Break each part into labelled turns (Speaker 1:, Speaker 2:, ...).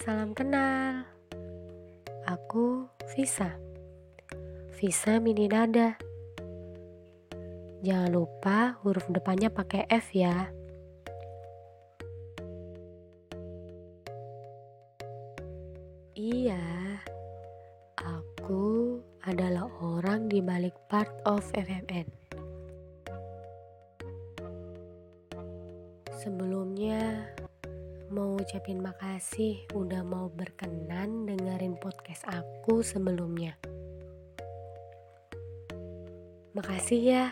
Speaker 1: Salam kenal, aku Visa Mini Nada. Jangan lupa huruf depannya pakai F ya. Iya, aku adalah orang di balik part of FMN. Sebelumnya, mau ucapin makasih udah mau berkenan dengerin podcast aku sebelumnya. Makasih ya.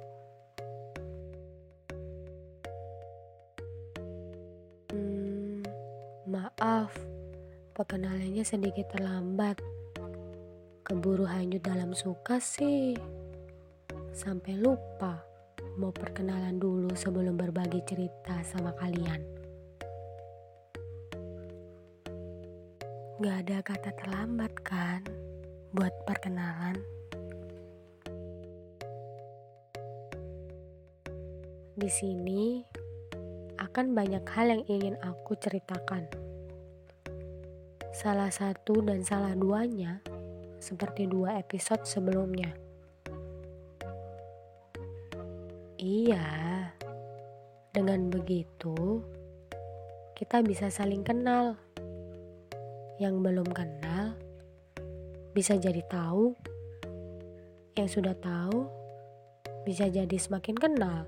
Speaker 1: Maaf, perkenalannya sedikit terlambat. Keburu hanyut dalam suka sih. Sampai lupa mau perkenalan dulu sebelum berbagi cerita sama kalian. Gak ada kata terlambat kan buat perkenalan. Di sini akan banyak hal yang ingin aku ceritakan. Salah satu dan salah duanya seperti 2 episode sebelumnya. Iya, dengan begitu kita bisa saling kenal. Yang belum kenal bisa jadi tahu, yang sudah tahu bisa jadi semakin kenal.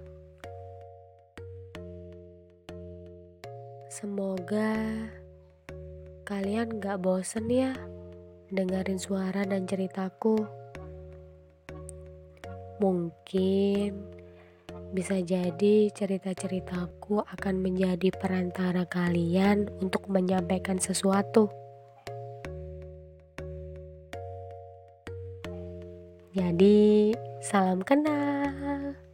Speaker 1: Semoga kalian gak bosen ya dengerin suara dan ceritaku. Mungkin bisa jadi cerita-ceritaku akan menjadi perantara kalian untuk menyampaikan sesuatu. Jadi, salam kenal.